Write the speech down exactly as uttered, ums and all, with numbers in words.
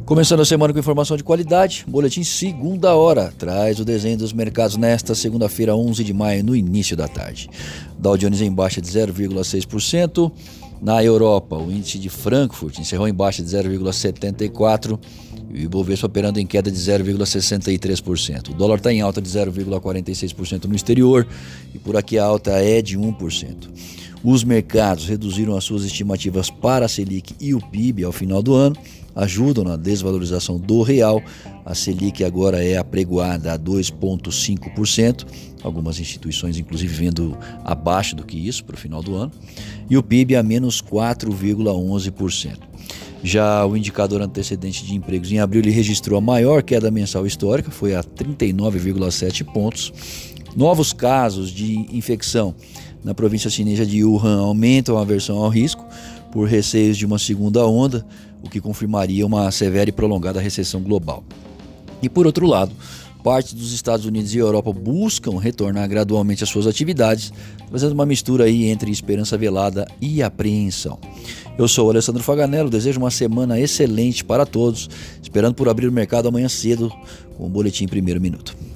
Começando a semana com informação de qualidade, boletim segunda hora, traz o desenho dos mercados nesta segunda-feira, onze de maio, no início da tarde. Dow Jones em baixa de zero vírgula seis por cento, na Europa o índice de Frankfurt encerrou em baixa de zero vírgula setenta e quatro por cento e o Ibovespa operando em queda de zero vírgula sessenta e três por cento. O dólar está em alta de zero vírgula quarenta e seis por cento no exterior e por aqui a alta é de um por cento. Os mercados reduziram as suas estimativas para a Selic e o P I B ao final do ano, ajudam na desvalorização do real. A Selic agora é apregoada a dois vírgula cinco por cento, algumas instituições inclusive vendo abaixo do que isso para o final do ano, e o P I B a menos quatro vírgula onze por cento. Já o indicador antecedente de empregos em abril ele registrou a maior queda mensal histórica, foi a trinta e nove vírgula sete pontos. Novos casos de infecção na província chinesa de Wuhan aumentam a aversão ao risco por receios de uma segunda onda, o que confirmaria uma severa e prolongada recessão global. E por outro lado, partes dos Estados Unidos e Europa buscam retornar gradualmente às suas atividades, fazendo uma mistura aí entre esperança velada e apreensão. Eu sou o Alessandro Faganello, desejo uma semana excelente para todos, esperando por abrir o mercado amanhã cedo com o Boletim Primeiro Minuto.